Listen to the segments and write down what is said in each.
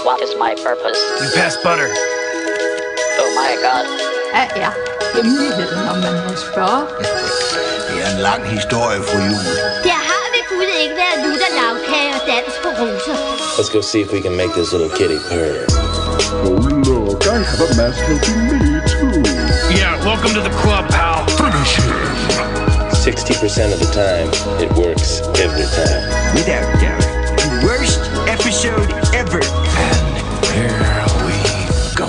What is my purpose? You pass butter. Oh my god. Hvad er hemmeligheden, om man må spørge? Det er en lang historie, fru Jul. Der har ved Gud ikke været lutter lavkage og dans på roser. Let's go see if we can make this little kitty purr. Oh look, I have a mask helping me too. Yeah, welcome to the club, pal. Finish him. 60% of the time, it works every time. Without doubt, the worst episode ever. And here we go.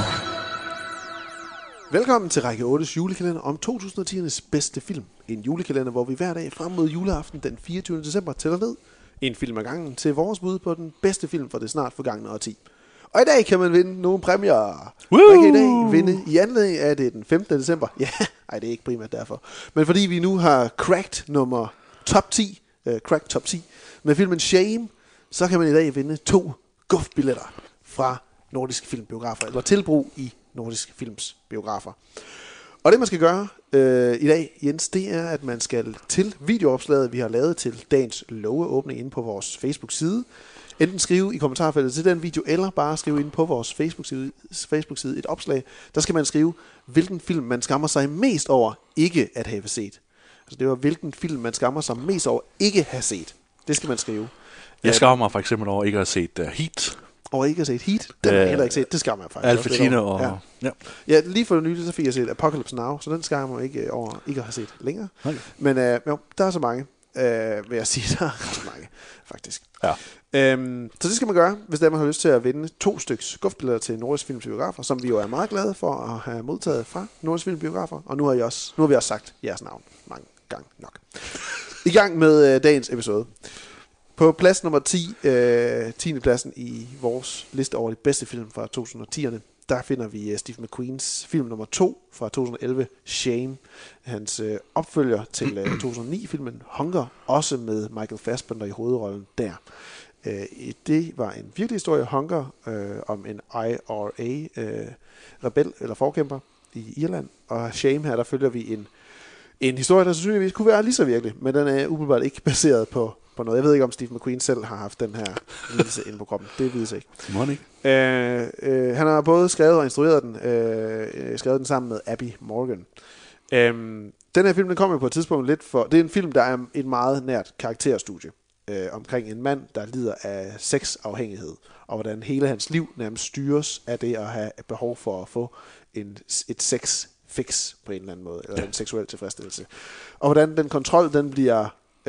Velkommen til Række 8's julekalender om 2010'ernes bedste film. En julekalender, hvor vi hver dag frem mod juleaften den 24. december tæller ned en film ad gangen til vores bud på den bedste film for det snart forgangne årti. Og i dag kan man vinde nogle præmier. Man kan i dag vinde i anledning af det den 15. december. Ja, ej, det er ikke primært derfor. Men fordi vi nu har cracked top 10 med filmen Shame, så kan man i dag vinde 2 guf-billetter fra Nordisk Filmbiografer, eller tilbrug i Nordisk Films biografer. Og det man skal gøre i dag, Jens, det er, at man skal til videoopslaget, vi har lavet til dagens loveåbning inde på vores Facebook-side. Enten skrive i kommentarfeltet til den video, eller bare skrive inde på vores Facebook-side et opslag. Der skal man skrive, hvilken film man skammer sig mest over ikke at have set. Altså det var, hvilken film man skammer sig mest over ikke at have set. Det skal man skrive. Jeg skammer mig for eksempel over ikke at have set Heat. Og ikke har set Heat, den har jeg heller ikke set. Det skammer jeg faktisk. Al Pacino og... Ja, lige for det nylige, så fik jeg set Apocalypse Now, så den skammer jeg ikke over ikke at have set længere. Okay. Men jo, der er så mange, vil jeg sige. Der er ret mange, faktisk. Ja. Så det skal man gøre, hvis man har lyst til at vinde 2 styks gufbilletter til Nordisk Films biografer, som vi jo er meget glade for at have modtaget fra Nordisk Films biografer. Og nu har vi også sagt jeres navn mange gange nok. I gang med dagens episode. På plads nummer 10. Pladsen i vores liste over de bedste film fra 2010'erne, der finder vi Steve McQueens film nummer 2 fra 2011, Shame. Hans opfølger til 2009-filmen Hunger, også med Michael Fassbender i hovedrollen der. Det var en virkelig historie, Hunger, om en IRA-rebel eller forkæmper i Irland. Og Shame her, der følger vi en historie, der sandsynligvis kunne være lige så virkelig, men den er umiddelbart ikke baseret på noget. Jeg ved ikke, om Steve McQueen selv har haft den her lidelse inde på kroppen. Det vides ikke. Han har både skrevet og instrueret den. Skrevet den sammen med Abby Morgan. Den her film, den kommer på et tidspunkt lidt for... Det er en film, der er et meget nært karakterstudie omkring en mand, der lider af sexafhængighed, og hvordan hele hans liv nærmest styres af det at have behov for at få et sex fix på en eller anden måde, eller en seksuel tilfredsstillelse. Og hvordan den kontrol, den bliver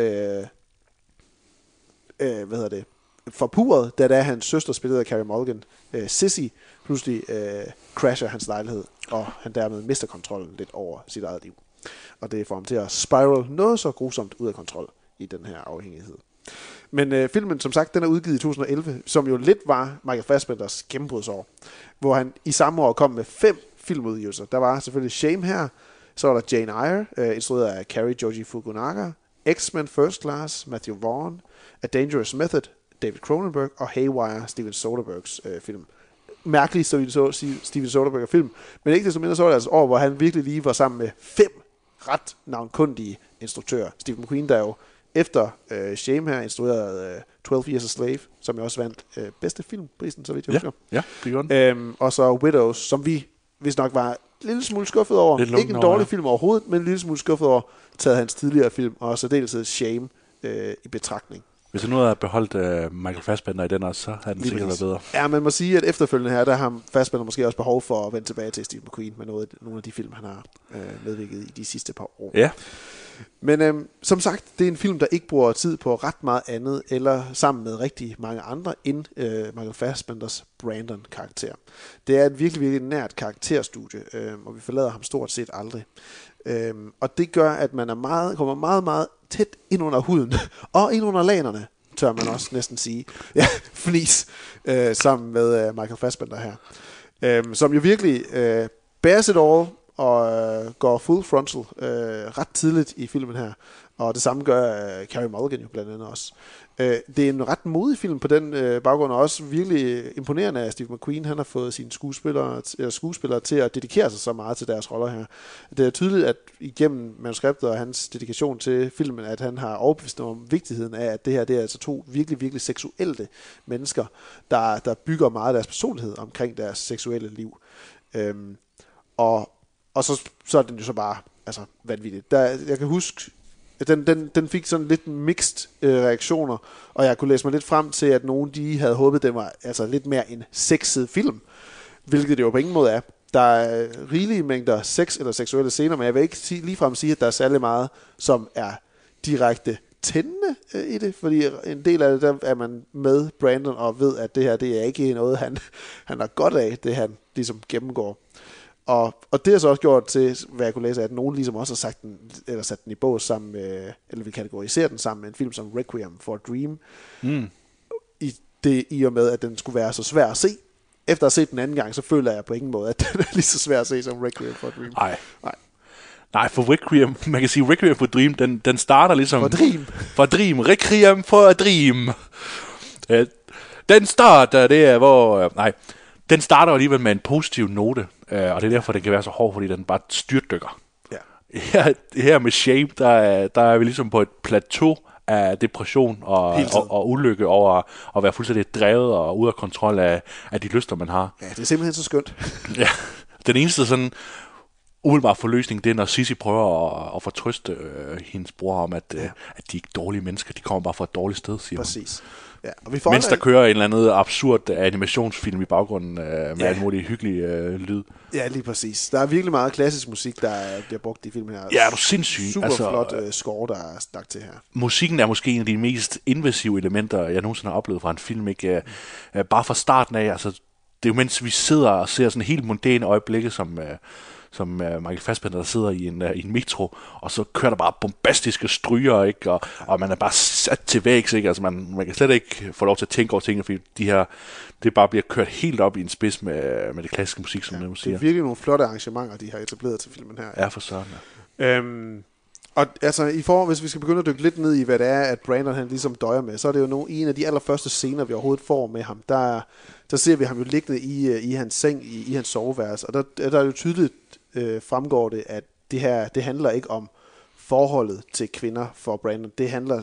forpurret, da hans søster, spillet af Carey Mulligan, Sissy, pludselig crasher hans lejlighed, og han dermed mister kontrollen lidt over sit eget liv. Og det får ham til at spiral noget så grusomt ud af kontrol i den her afhængighed. Men filmen, som sagt, den er udgivet i 2011, som jo lidt var Michael Fassbenders gennembrudsår, hvor han i samme år kom med 5 filmudgivelser. Der var selvfølgelig Shame her, så var der Jane Eyre, instrueret af Cary Joji Fukunaga, X-Men First Class, Matthew Vaughn, A Dangerous Method, David Cronenberg, og Haywire, Steven Soderberghs film. Mærkeligt Steven Soderbergh film, men ikke desto mindre så var det altså år, hvor han virkelig lige var sammen med 5 ret navnkundige instruktører. Steve McQueen, der jo efter Shame her instruerede 12 Years a Slave, som jo også vandt bedste filmprisen, så vidt jeg husker. Ja, det gjorde den. Og så Widows, som vi vist nok var en lille smule skuffet over. Ikke en dårlig film overhovedet, men en lille smule skuffet over, taget hans tidligere film, og så dels Shame i betragtning. Hvis han nu havde beholdt Michael Fassbender i den også, så havde den sikkert været bedre. Ja, man må sige, at efterfølgende her, der har Fassbender måske også behov for at vende tilbage til Steve McQueen med nogle af de film, han har medvirket i de sidste par år. Ja. Men som sagt, det er en film, der ikke bruger tid på ret meget andet, eller sammen med rigtig mange andre, end Michael Fassbenders Brandon-karakter. Det er et virkelig, virkelig nært karakterstudie, og vi forlader ham stort set aldrig. Og det gør, at man kommer meget, meget tæt ind under huden, og ind under lanerne, tør man også næsten sige. Ja, fnis, sammen med Michael Fassbender her. Som jo virkelig bears it all, og går full frontal ret tidligt i filmen her. Og det samme gør Carey Mulligan jo blandt andet også. Det er en ret modig film på den baggrund, og også virkelig imponerende af Steve McQueen. Han har fået sine skuespillere til at dedikere sig så meget til deres roller her. Det er tydeligt, at igennem manuskriptet og hans dedikation til filmen, at han har overbevist om vigtigheden af, at det her det er altså to virkelig, virkelig seksuelle mennesker, der bygger meget af deres personlighed omkring deres seksuelle liv. Og så er den jo så bare altså vanvittigt. Jeg kan huske, den fik sådan lidt mixed reaktioner, og jeg kunne læse mig lidt frem til, at nogen de havde håbet, den var altså lidt mere en sexet film, hvilket det jo på ingen måde er. Der er rigelige mængder sex eller seksuelle scener, men jeg vil ikke ligefrem sige, at der er særlig meget, som er direkte tændende i det, fordi en del af det, der er man med Brandon og ved, at det her, det er ikke noget, han har godt af, det han ligesom gennemgår. Og det har så også gjort til, hvad jeg kunne læse, at nogen ligesom også har sagt den, eller sat den i bås sammen med, eller vi kategoriserer den sammen med en film som Requiem for a Dream. I og med, at den skulle være så svær at se. Efter at have set den anden gang, så føler jeg på ingen måde, at den er lige så svær at se som Requiem for a Dream. Nej, for Requiem, man kan sige Requiem for a Dream, den starter ligesom... For Dream. Requiem for a Dream. Den starter, det er hvor... Den starter alligevel med en positiv note, og det er derfor, det kan være så hård, fordi den bare styrtdykker. Ja. Her med Shape, der er vi ligesom på et plateau af depression og ulykke over at være fuldstændig drevet og ude af kontrol af de lyster, man har. Ja, det er simpelthen så skønt. Ja, den eneste sådan umiddelbare forløsning, det er, når Sissy prøver at fortrøste hendes bror om, at de ikke dårlige mennesker, de kommer bare fra et dårligt sted, siger hun. Præcis. Ja, og mens der kører en eller anden absurd animationsfilm i baggrunden med alle mulige hyggelige lyd. Ja, lige præcis. Der er virkelig meget klassisk musik, der bliver brugt i filmen her. Ja, er du sindssyg. Super flot score, der er stak til her. Musikken er måske en af de mest invasive elementer, jeg nogensinde har oplevet fra en film. Ikke? Bare fra starten af, altså, det er jo mens vi sidder og ser sådan helt mundane øjeblikke, som Michael Fassbender, der sidder i en metro, og så kører der bare bombastiske stryger, ikke? Og man er bare sat til vægs, ikke? Altså man kan slet ikke få lov til at tænke over tingene, fordi det bare bliver kørt helt op i en spids med det klassiske musik, som du siger. Det er virkelig nogle flotte arrangementer, de har etableret til filmen her. Ja, for søren. Ja. Og altså, hvis vi skal begynde at dykke lidt ned i, hvad det er, at Brandon han ligesom døjer med, så er det jo en af de allerførste scener, vi overhovedet får med ham. Der ser vi ham jo liggende i hans seng, i hans soveværelse, og der er jo tydeligt fremgår det, at det handler ikke om forholdet til kvinder for Brandon. Det handler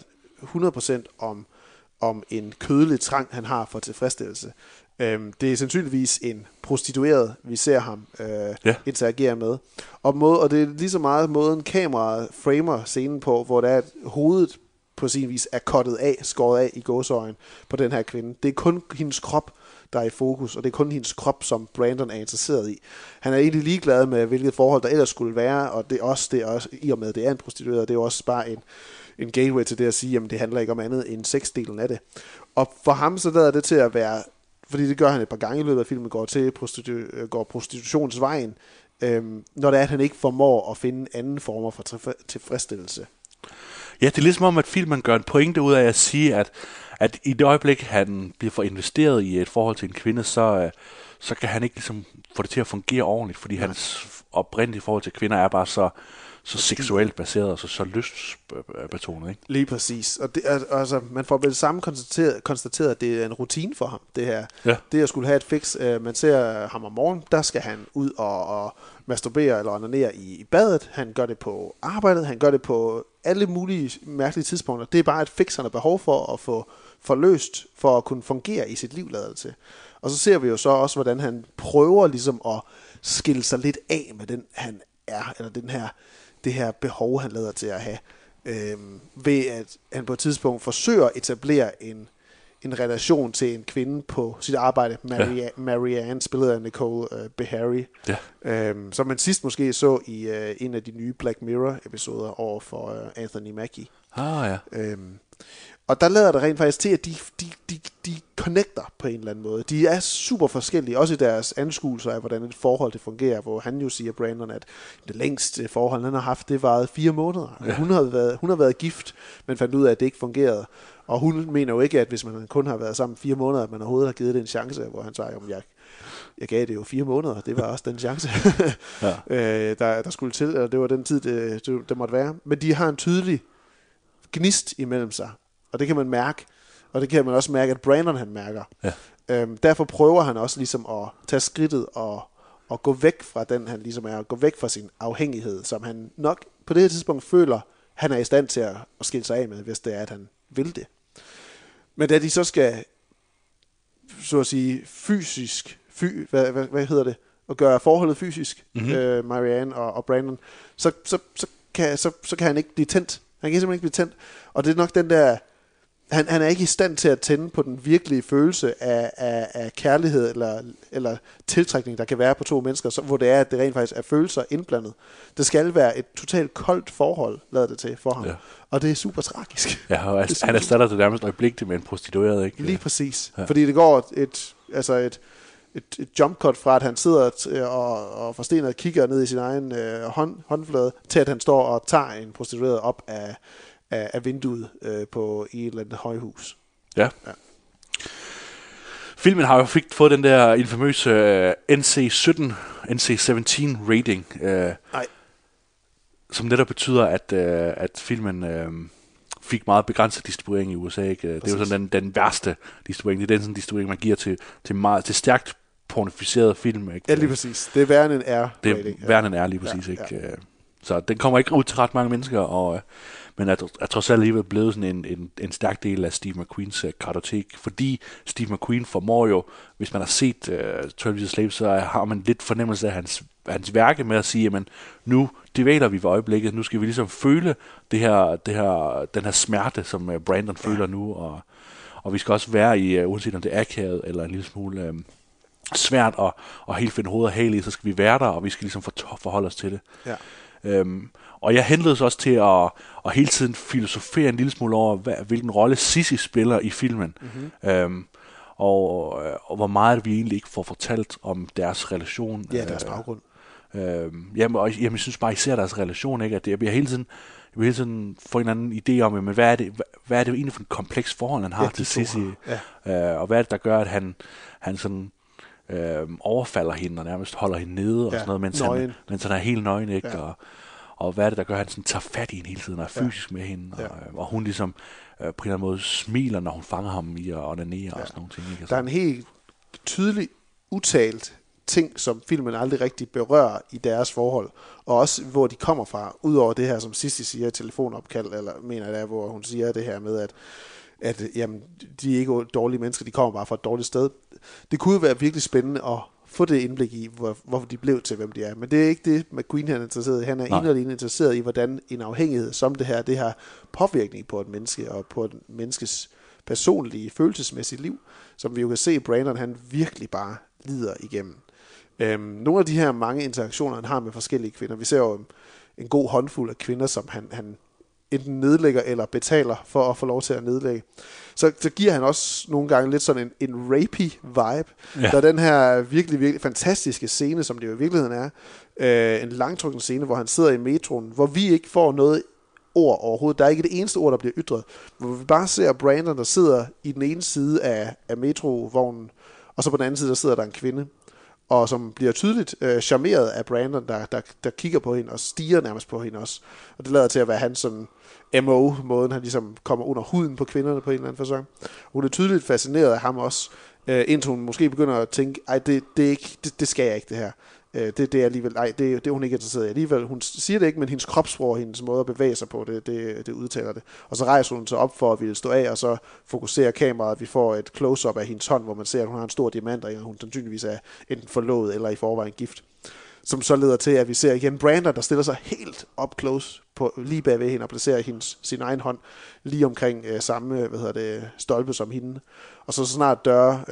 100% om en kødelig trang, han har for tilfredsstillelse. Det er sandsynligvis en prostitueret, vi ser ham interagere med. Og det er lige så meget måden kameraet framer scenen på, hvor der er hovedet på sin vis er skåret af i gåseøjen på den her kvinde. Det er kun hendes krop, der er i fokus, og det er kun hendes krop, som Brandon er interesseret i. Han er egentlig ligeglad med, hvilket forhold der ellers skulle være, og det er også i og med, at det er en prostitueret, det er også bare en gateway til det at sige, jamen det handler ikke om andet end sexdelen af det. Og for ham så lader det til at være, fordi det gør han et par gange i løbet af filmen, går prostitutionsvejen, når det er, at han ikke formår at finde anden former for tilfredsstillelse. Ja, det er ligesom om, at filmen gør en pointe ud af at sige, at i det øjeblik, han bliver for investeret i et forhold til en kvinde, så kan han ikke ligesom få det til at fungere ordentligt, fordi hans oprindelige forhold til kvinder er bare så seksuelt baseret og så lystbetonet, ikke? Lige præcis. Og det, altså, man får vel sammen konstateret, at det er en rutine for ham, det her. Ja. Det at skulle have et fix. Man ser ham om morgenen, der skal han ud og masturbere eller onanere i badet. Han gør det på arbejdet, han gør det på alle mulige mærkelige tidspunkter. Det er bare et fix, han har behov for at få forløst, for at kunne fungere i sit liv, lader det til. Og så ser vi jo så også, hvordan han prøver ligesom at skille sig lidt af med den, han er, eller det her behov, han lader til at have, ved at han på et tidspunkt forsøger at etablere en relation til en kvinde på sit arbejde, Marianne, spillet af Nicole Beharie, som man sidst måske så i en af de nye Black Mirror-episoder over for Anthony Mackie. Og der lader det rent faktisk til, at de connecter på en eller anden måde. De er super forskellige, også i deres anskuelser af, hvordan et forhold det fungerer, hvor han jo siger, Brandon, at det længste forhold, han har haft, det varede 4 måneder. Ja. Hun har været gift, men fandt ud af, at det ikke fungerede. Og hun mener jo ikke, at hvis man kun har været sammen 4 måneder, at man overhovedet har givet det en chance, hvor han siger, Jeg gav det jo 4 måneder, det var også den chance, der skulle til, og det var den tid, det måtte være. Men de har en tydelig gnist imellem sig, og det kan man mærke, og det kan man også mærke, at Brandon han mærker. Ja. Derfor prøver han også ligesom at tage skridtet og gå væk fra den, han ligesom er, og gå væk fra sin afhængighed, som han nok på det her tidspunkt føler, han er i stand til at skille sig af med, hvis det er, at han vil det. Men da de så skal, så at sige, fysisk, hvad hedder det, og gøre forholdet fysisk, Marianne og Brandon, så kan han ikke blive tændt. Han kan simpelthen ikke blive tændt. Og det er nok den der, han er ikke i stand til at tænde på den virkelige følelse af kærlighed eller tiltrækning, der kan være på to mennesker, hvor det er, at det rent faktisk er følelser indblandet. Det skal være et totalt koldt forhold, lader det til for ham. Ja. Og det er super tragisk. Ja, og han erstatter det nærmest øjeblikkeligt med en prostitueret, ikke? Lige præcis. Ja. Fordi det går et jump cut fra, at han sidder og forstenet og kigger ned i sin egen håndflade, til at han står og tager en prostitueret op af vinduet på et eller andet højhus. Ja. Filmen har jo fået den der infamøse NC-17 rating, som netop betyder, at filmen fik meget begrænset distribuering i USA. Ikke? Det er jo sådan den værste distribuering. Det er den sådan distribuering, man giver til stærkt pornificerede film. Ikke? Ja, lige præcis. Det er værre end R-rating. Det er værre end R, lige præcis. Ikke? Ja. Så den kommer ikke ud til ret mange mennesker, men er trods alt alligevel blevet sådan en stærk del af Steve McQueens kartotek, fordi Steve McQueen formår jo, hvis man har set 12 Years a Slave, så har man lidt fornemmelse af hans værke med at sige, jamen nu dvæler vi ved øjeblikket, nu skal vi ligesom føle den her smerte, som Brandon føler nu, og vi skal også være i, uanset om det er akavet eller en lille smule svært og helt finde hoved og hale i, så skal vi være der, og vi skal ligesom forholde os til det. Ja. Og jeg henlede så også til at hele tiden filosofere en lille smule over, hvilken rolle Sissy spiller i filmen. Og hvor meget vi egentlig ikke får fortalt om deres relation. Ja, deres baggrund. Jeg synes bare især deres relation, ikke? At jeg vil hele tiden få en anden idé om, men hvad er det egentlig for en kompleks forhold, han har til Sissy? Ja. Og hvad er det, der gør, at han sådan overfalder hende og nærmest holder hende nede og sådan noget, mens han er helt nøgen, ikke? Ja. Og hvad er det, der gør, at han sådan tager fat i hende hele tiden og er fysisk med hende, og hun ligesom på en eller anden måde smiler, når hun fanger ham i at onanere og sådan nogle ting. Ikke? Der er en helt tydelig udtalt ting, som filmen aldrig rigtig berører i deres forhold, og også hvor de kommer fra, udover det her, som Sissy siger i telefonopkald, eller mener det er, hvor hun siger det her med, at jamen, de er ikke dårlige mennesker, de kommer bare fra et dårligt sted. Det kunne jo være virkelig spændende at få det indblik i, hvorfor de blev til, hvem de er. Men det er ikke det, McQueen er interesseret i. Han er inderligt interesseret i, hvordan en afhængighed som det har påvirkning på et menneske, og på et menneskes personlige, følelsesmæssige liv, som vi jo kan se, Brandon han virkelig bare lider igennem. Nogle af de her mange interaktioner, han har med forskellige kvinder, vi ser jo en god håndfuld af kvinder, som han enten nedlægger eller betaler for at få lov til at nedlægge. Så giver han også nogle gange lidt sådan en rapey vibe. Ja. Der er den her virkelig, virkelig fantastiske scene, som det jo i virkeligheden er. En langtrukken scene, hvor han sidder i metroen, hvor vi ikke får noget ord overhovedet. Der er ikke det eneste ord, der bliver ytret. Hvor vi bare ser Brandon, der sidder i den ene side af metrovognen, og så på den anden side, der sidder der en kvinde, og som bliver tydeligt charmeret af Brandon, der kigger på hende og stiger nærmest på hende også. Og det lader til at være hans sådan MO-måden, han ligesom kommer under huden på kvinderne på en eller anden facon. Hun er tydeligt fascineret af ham også, indtil hun måske begynder at tænke, ej, det skal jeg ikke, det her. Det er alligevel, det er hun ikke interesseret i alligevel. Hun siger det ikke, men hendes kropssprog og hendes måde at bevæge sig på, det udtaler det. Og så rejser hun sig op for at ville stå af, og så fokuserer kameraet, at vi får et close-up af hendes hånd, hvor man ser, at hun har en stor diamantring, og hun sandsynligvis er enten forlovet eller i forvejen gift. Som så leder til, at vi ser igen Brandon, der stiller sig helt up close lige bagved hende og placerer sin egen hånd lige omkring samme stolpe som hende. Og så snart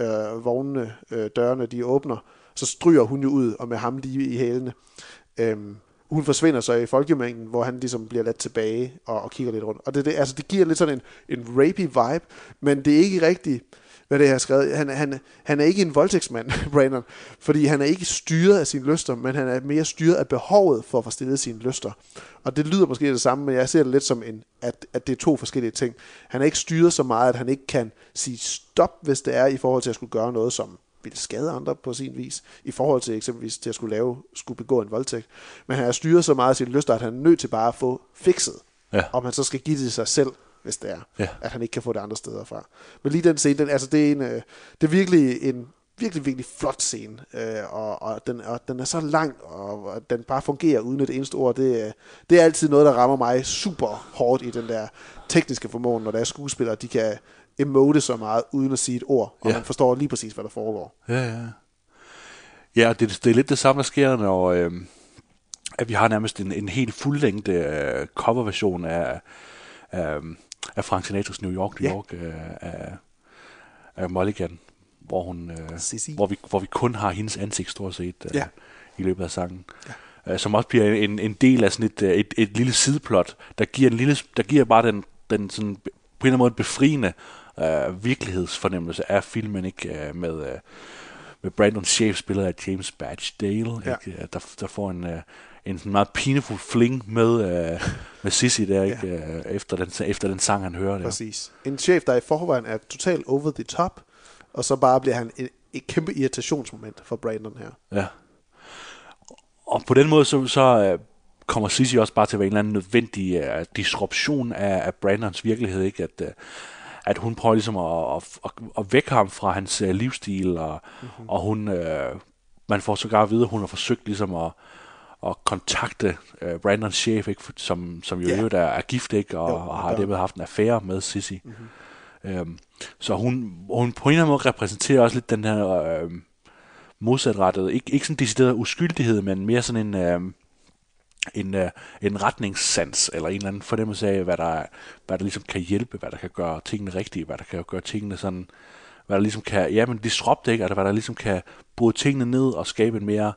dørene de åbner, så stryger hun jo ud, og med ham lige i hælene. Hun forsvinder så i folkemængden, hvor han ligesom bliver ladt tilbage og kigger lidt rundt. Og det giver lidt sådan en rapey vibe, men det er ikke rigtigt, hvad det har skrevet. Han er ikke en voldtægtsmand, Brandon, fordi han er ikke styret af sine lyster, men han er mere styret af behovet for at få stillet sine lyster. Og det lyder måske det samme, men jeg ser det lidt som at det er to forskellige ting. Han er ikke styret så meget, at han ikke kan sige stop, hvis det er i forhold til at skulle gøre noget, som vil skade andre på sin vis, i forhold til eksempelvis til at skulle begå en voldtægt. Men han har styret så meget af sine lyster, at han er nødt til bare at få fikset, om han så skal give det sig selv, hvis det er, at han ikke kan få det andre steder fra. Men lige den scene, det er virkelig en virkelig flot scene, og den er så lang, og den bare fungerer uden et eneste ord. Det er altid noget, der rammer mig super hårdt i den der tekniske formåen, når der er skuespillere, de kan emote så meget uden at sige et ord, og man forstår lige præcis, hvad der foregår. Ja, det er lidt det samme, der sker, når at vi har nærmest en helt fuldlængde coverversion af Frank Sinatras New York af Mulligan, hvor vi kun har hendes ansigt stort set i løbet af sangen. Som også bliver en del af sådan et lille sideplot, der giver bare den sådan, på en eller anden måde befriende virkelighedsfornemmelse af filmen, ikke, med Brandon Schaaf spillet af James Badge Dale, ikke, der får en sådan meget pinefuld fling med Sissy der, ikke, efter den sang, han hører der. Præcis. En chef, der i forvejen er totalt over the top, og så bare bliver han et kæmpe irritationsmoment for Brandon her. Ja. Og på den måde, så kommer Sissy også bare til at være en eller anden nødvendig disruption af Brandons virkelighed, ikke? At hun prøver ligesom at vække ham fra hans livsstil, og hun, man får sågar at vide, at hun har forsøgt ligesom at kontakte Brandons chef, ikke? Som jo er gift, ikke? Og har dermed haft en affære med Sissy. Så hun på en eller anden måde repræsenterer også lidt den her modsatrettede, ikke sådan decideret uskyldighed, men mere sådan en retningssans, eller en eller anden fornemmelse af, hvad der ligesom kan hjælpe, hvad der kan gøre tingene rigtige, hvad der kan gøre tingene sådan, hvad der ligesom kan, disrupte, ikke, altså hvad der ligesom kan bryde tingene ned og skabe en mere,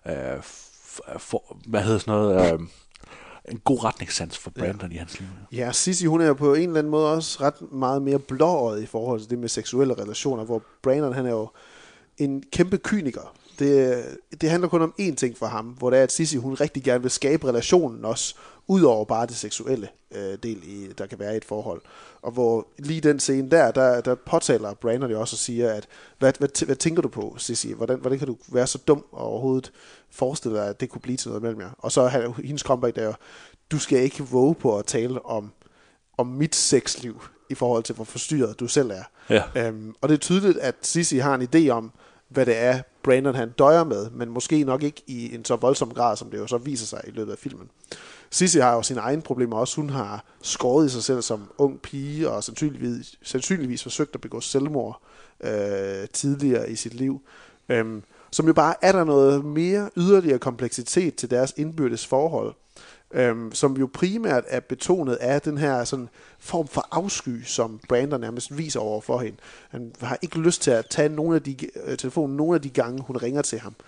en god retningssans for Brandon i hans liv. Ja, Sissy, hun er jo på en eller anden måde også ret meget mere blåøjet i forhold til det med seksuelle relationer, hvor Brandon, han er jo en kæmpe kyniker. Det handler kun om én ting for ham, hvor det er, at Sissy, hun rigtig gerne vil skabe relationen også, ud over bare det seksuelle del, der kan være i et forhold. Og hvor lige den scene der påtaler Brandon jo også og siger, at hvad tænker du på, Sissy? Hvordan kan du være så dum og overhovedet forestille dig, at det kunne blive til noget mellem jer? Og så hendes comeback der jo, du skal ikke våge på at tale om mit sexliv i forhold til, hvor forstyrret du selv er. Ja. Og det er tydeligt, at Sissy har en idé om, hvad det er, Brandon han døjer med, men måske nok ikke i en så voldsom grad, som det jo så viser sig i løbet af filmen. Sissy har jo sine egne problemer også. Hun har skåret i sig selv som ung pige, og sandsynligvis forsøgt at begå selvmord tidligere i sit liv. Som jo bare er der noget mere yderligere kompleksitet til deres indbyrdes forhold, som jo primært er betonet af den her sådan form for afsky, som Brandon nærmest viser over for hende. Han har ikke lyst til at tage telefonen nogle af de gange, hun ringer til ham.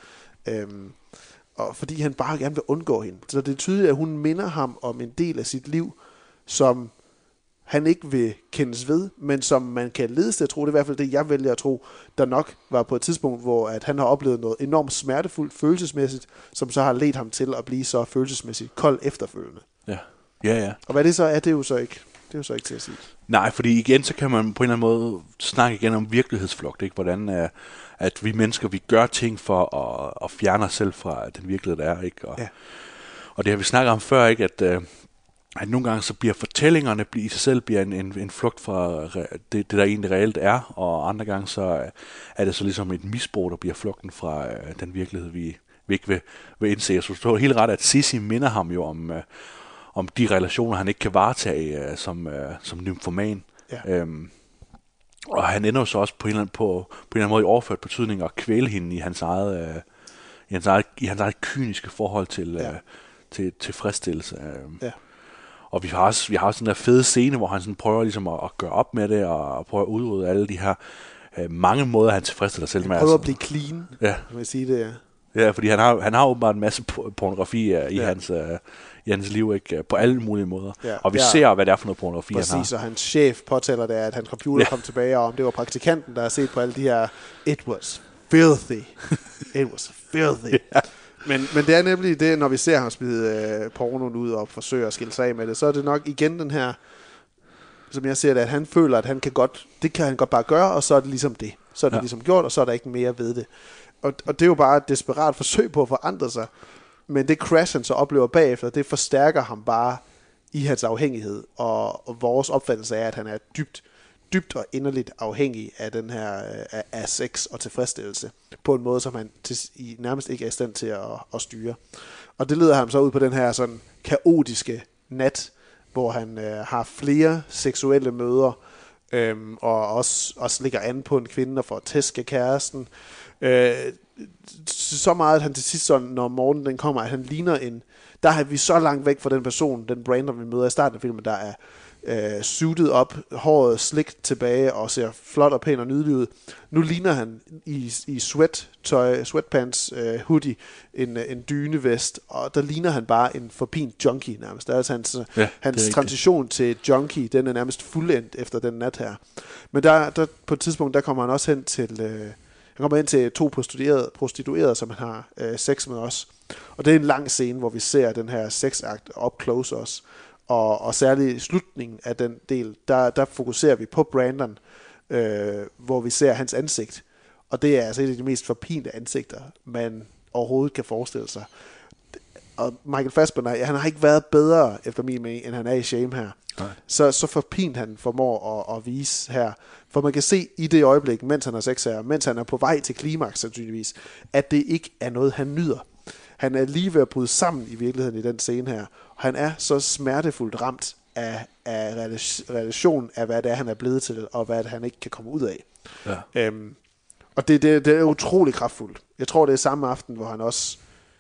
Og fordi han bare gerne vil undgå hende. Så det er tydeligt, at hun minder ham om en del af sit liv, som han ikke vil kendes ved, men som man kan ledes til at tro, det er i hvert fald det, jeg vælger at tro, der nok var på et tidspunkt, hvor at han har oplevet noget enormt smertefuldt følelsesmæssigt, som så har ledt ham til at blive så følelsesmæssigt kold efterfølgende. Ja. Og hvad det så er, det er jo så ikke til at sige. Nej, fordi igen, så kan man på en eller anden måde snakke igen om virkelighedsflugt, ikke? Hvordan at vi mennesker, vi gør ting for at fjerne os selv fra den virkelighed, der er, ikke? Og det har vi snakket om før, ikke? At nogle gange så bliver fortællingerne i sig selv bliver en flugt fra det, der egentlig reelt er, og andre gange så er det så ligesom et misbrug, der bliver flugten fra den virkelighed, vi ikke vil indse. Så det er helt ret, at Sissy minder ham jo om de relationer, han ikke kan varetage som nymfoman. Ja. Og han ender jo så også på en eller anden måde i overført betydning at kvæle hende i hans eget kyniske forhold til tilfredsstillelse. Ja. Og vi har også den der fede scene, hvor han sådan prøver ligesom at gøre op med det, og prøver at udrydde alle de her mange måder, han tilfredsstiller sig selv med. Han prøver at blive clean, kan man sige det, ja. Ja, fordi han har åbenbart en masse pornografi i hans liv, ikke, på alle mulige måder. Ja, og vi ser, hvad det er for noget pornografi, præcis, han har. Præcis, og hans chef påtaler det, at hans computer kom tilbage, og om det var praktikanten, der har set på alle de her, it was filthy. It was filthy. Ja. Men det er nemlig det, når vi ser ham smide pornoen ud og forsøge at skille sig af med det, så er det nok igen den her, som jeg ser det, at han føler, at det kan han godt bare gøre, og så er det ligesom det. Så er det ligesom gjort, og så er der ikke mere ved det. Og det er jo bare et desperat forsøg på at forandre sig. Men det crash, han så oplever bagefter, det forstærker ham bare i hans afhængighed. Og vores opfattelse er, at han er dybt og inderligt afhængig af den her af sex og tilfredsstillelse. På en måde, som han nærmest ikke er i stand til at styre. Og det leder ham så ud på den her sådan kaotiske nat, hvor han har flere seksuelle møder, og også ligger an på en kvinde og får at tæske kæresten. Så meget, at han til sidst, sådan, når morgenen den kommer, at han ligner der er vi så langt væk fra den person, den Brandon, vi møder i starten af filmen, der er suited op, håret slikt tilbage og ser flot og pæn og nydelig ud. Nu ligner han i sweatpants, hoodie, en dynevest, og der ligner han bare en forpint junkie nærmest. Der er altså hans transition til junkie, den er nærmest fuldendt efter den nat her. Men der på et tidspunkt, der kommer han også hen til 2 prostituerede, som han har sex med os. Og det er en lang scene, hvor vi ser den her sexakt up close os. Og særligt i slutningen af den del, der fokuserer vi på Brandon, hvor vi ser hans ansigt. Og det er altså et af de mest forpinte ansigter, man overhovedet kan forestille sig. Og Michael Fassbender, han har ikke været bedre, efter min mening, end han er i Shame her. Så forpint han formår at vise her. For man kan se i det øjeblik, mens han har sex her, mens han er på vej til klimaks sandsynligvis, at det ikke er noget, han nyder. Han er lige ved at bryde sammen i virkeligheden i den scene her. Og han er så smertefuldt ramt af relationen af, hvad det er, han er blevet til, og hvad det er, han ikke kan komme ud af. Ja. Og det er utrolig kraftfuldt. Jeg tror, det er samme aften, hvor han også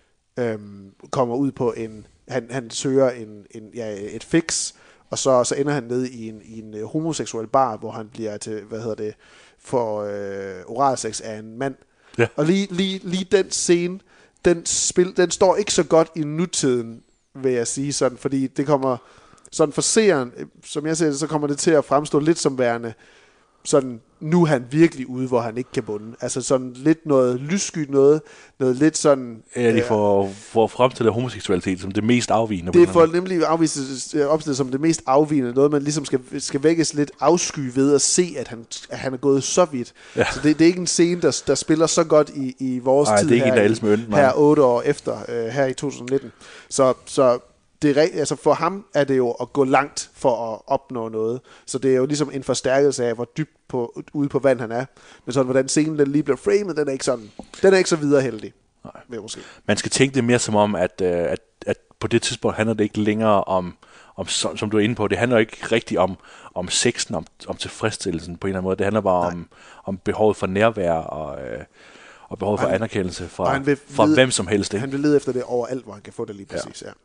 kommer ud på han søger et fix, og så ender han ned i en homoseksuel bar, hvor han bliver til, for oralsex af en mand. Ja. Og lige den scene, den står ikke så godt i nutiden, vil jeg sige sådan, fordi det kommer sådan for seeren, som jeg ser det, så kommer det til at fremstå lidt som værende sådan, nu er han virkelig ude, hvor han ikke kan bunde. Altså sådan lidt noget lysskyt noget lidt sådan... Ja, de får fremstillet homoseksualitet som det mest afvigende. Det får nemlig opstillet som det mest afvigende, noget man ligesom skal vækkes lidt afsky ved at se, at han er gået så vidt. Ja. Så det er ikke en scene, der spiller så godt i vores tid det er ikke her 8 år efter, her i 2019. Så det altså for ham er det jo at gå langt for at opnå noget. Så det er jo ligesom en forstærkelse af, hvor dybt ude på vand han er. Men sådan, hvordan scenen den lige bliver framet, den er ikke så videre heldig. Nej. Man skal tænke det mere som om, at på det tidspunkt handler det ikke længere om som du er inde på, det handler ikke rigtig om sexen, om tilfredsstillelsen på en eller anden måde. Det handler bare om behovet for nærvær og behovet for anerkendelse fra hvem som helst. Ikke? Han vil lede efter det overalt, hvor han kan få det lige præcis, ja.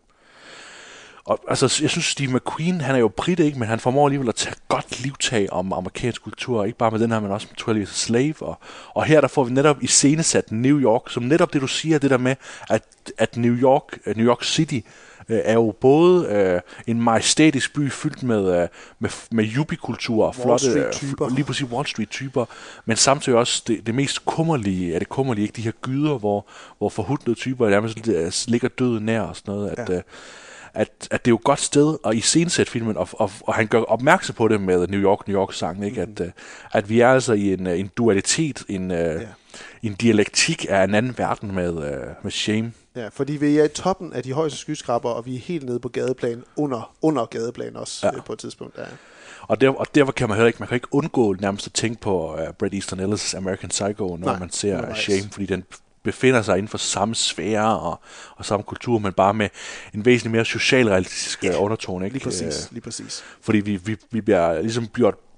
Og altså, jeg synes, Steve McQueen, han er jo brit, ikke, men han formår alligevel at tage godt livtag om amerikansk kultur, ikke bare med den her, men også med 12 Years a Slave. Og her der får vi netop iscenesat New York, som netop det, du siger, det der med, at New York City er jo både en majestætisk by fyldt med yuppie-kultur og flotte, lige præcis Wall Street-typer, men samtidig også det mest kummerlige, ikke de her gyder, hvor forhudlede typer nærmest ligger døde nær og sådan noget, at det er jo et godt sted at iscenesætte filmen, og han gør opmærksom på det med New York-sangen, ikke? At vi er altså i en dualitet, en dialektik af en anden verden med Shame. Ja, fordi vi er i toppen af de højeste skyskraber, og vi er helt nede på gadeplan, under gadeplan også på et tidspunkt. Ja. Og derfor kan man man kan ikke undgå nærmest at tænke på Bret Easton Ellis' American Psycho, når man ser Shame, fordi den befinder sig inden for samme sfære og samme kultur, men bare med en væsentlig mere socialrealistisk undertone. Ikke? Lige præcis. Fordi vi bliver ligesom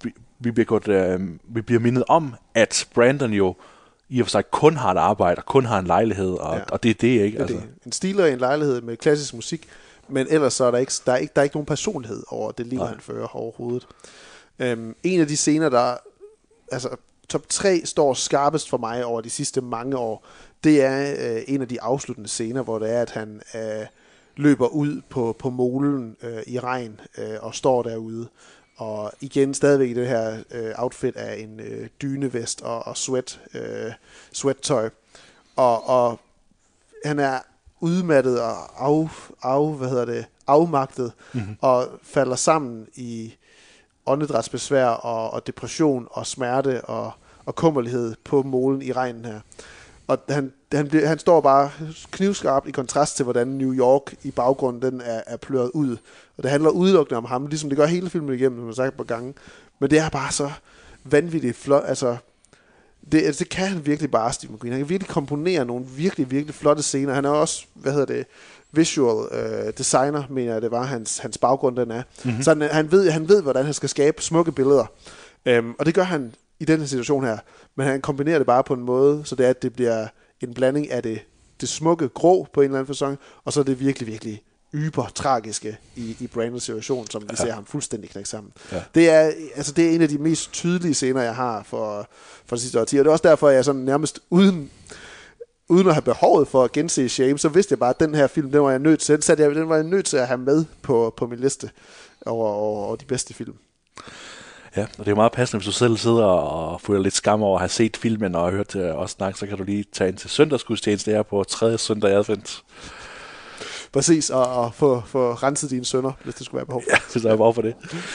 vi bliver mindet om, at Brandon jo i og for sig kun har et arbejde og kun har en lejlighed, og det er det, ikke? Det er en stiler i en lejlighed med klassisk musik, men ellers så er der er ikke nogen personlighed over det liv, han fører overhovedet. En af de scener, der altså top 3 står skarpest for mig over de sidste mange år, det er en af de afsluttende scener, hvor det er, at han løber ud på molen i regn og står derude. Og igen stadigvæk i det her outfit af en dynevest og sweattøj. Og han er udmattet og afmagtet, og falder sammen i åndedrætsbesvær og depression og smerte og og kummerlighed på molen i regnen her. Og han står bare knivskarpt i kontrast til, hvordan New York i baggrunden den er pløret ud. Og det handler udelukkende om ham, ligesom det gør hele filmen igennem, som jeg har sagt på gange. Men det er bare så vanvittigt flot. Altså, det kan han virkelig bare, Steve McQueen. Han kan virkelig komponere nogle virkelig, virkelig flotte scener. Han er også, visual designer, mener jeg, det var hans baggrund, den er. Mm-hmm. Så han ved, hvordan han skal skabe smukke billeder. Og det gør han i den her situation her. Men han kombinerer det bare på en måde, så det er, at det bliver en blanding af det smukke grå på en eller anden facon, og så det virkelig, virkelig tragiske i Brandons situation, som vi ser ham fuldstændig knække sammen. Ja. Det er en af de mest tydelige scener, jeg har for de sidste årtier. Og det er også derfor, at jeg sådan nærmest uden at have behovet for at gense Shame, så vidste jeg bare, at den her film, den var jeg nødt til at have med på min liste over de bedste film. Ja, og det er jo meget passende, hvis du selv sidder og føler lidt skam over at have set filmen og hørt os snakke, så kan du lige tage ind til søndagsgudstjeneste her på 3. søndag i advent. Præcis, og få renset dine sønner, hvis det skulle være behov for. Ja, hvis der er behov for det.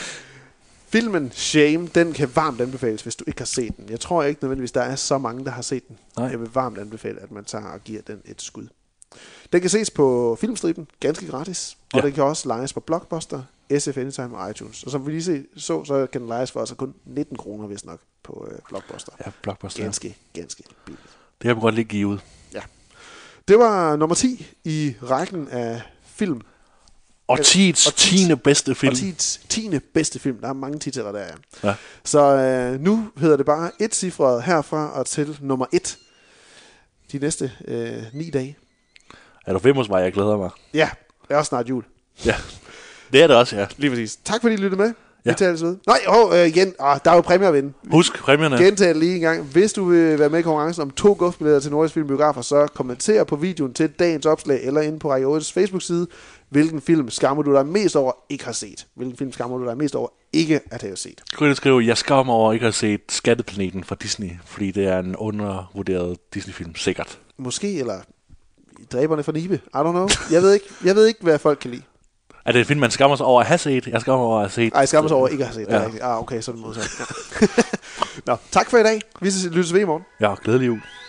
Filmen Shame, den kan varmt anbefales, hvis du ikke har set den. Jeg tror ikke nødvendigvis, der er så mange, der har set den. Nej. Jeg vil varmt anbefale, at man tager og giver den et skud. Den kan ses på Filmstriben, ganske gratis, og den kan også lejes på Blockbuster, SF Anytime og iTunes. Og som vi lige så kan den lejes for altså kun 19 kroner, hvis nok, på Blockbuster. Ja, Blockbuster. Ganske billigt. Det har vi godt lige givet ud. Ja. Det var nummer 10 i rækken af film. Og 10. bedste film. Og 10. bedste film. Der er mange titler der. Ja. Så nu hedder det bare et cifret herfra og til nummer 1. De næste 9 dage. Er du ved hos mig? Jeg glæder mig. Ja, det er også snart jul. Ja, det er det også, ja. Lige præcis. Tak fordi I lyttede med. Vi tales ved. Nej, igen. Der er jo præmier at vinde. Husk præmierne. Gentag det lige en gang. Hvis du vil være med i konkurrencen om 2 gufbilletter til Nordisk Film Biografer, så kommenter på videoen til dagens opslag eller inde på Radio 8's Facebook-side. Hvilken film skammer du dig mest over ikke har set? Hvilken film skammer du dig mest over ikke at have set? Gå ind og skrive, jeg skammer over ikke at have set Skatteplaneten fra Disney, fordi det er en undervurderet Disney-film, sikkert. Måske, eller Dræberne fra Nibe. I don't know. Jeg ved ikke, hvad folk kan lide. Er det en film, man skammer sig over at have set? Jeg skammer over at have set. Nej, jeg skammer sig over ikke at have set. Ja. Okay, så er det modsat. Nå, tak for i dag. Vi lyttes ved i morgen. Ja, glædelig jul.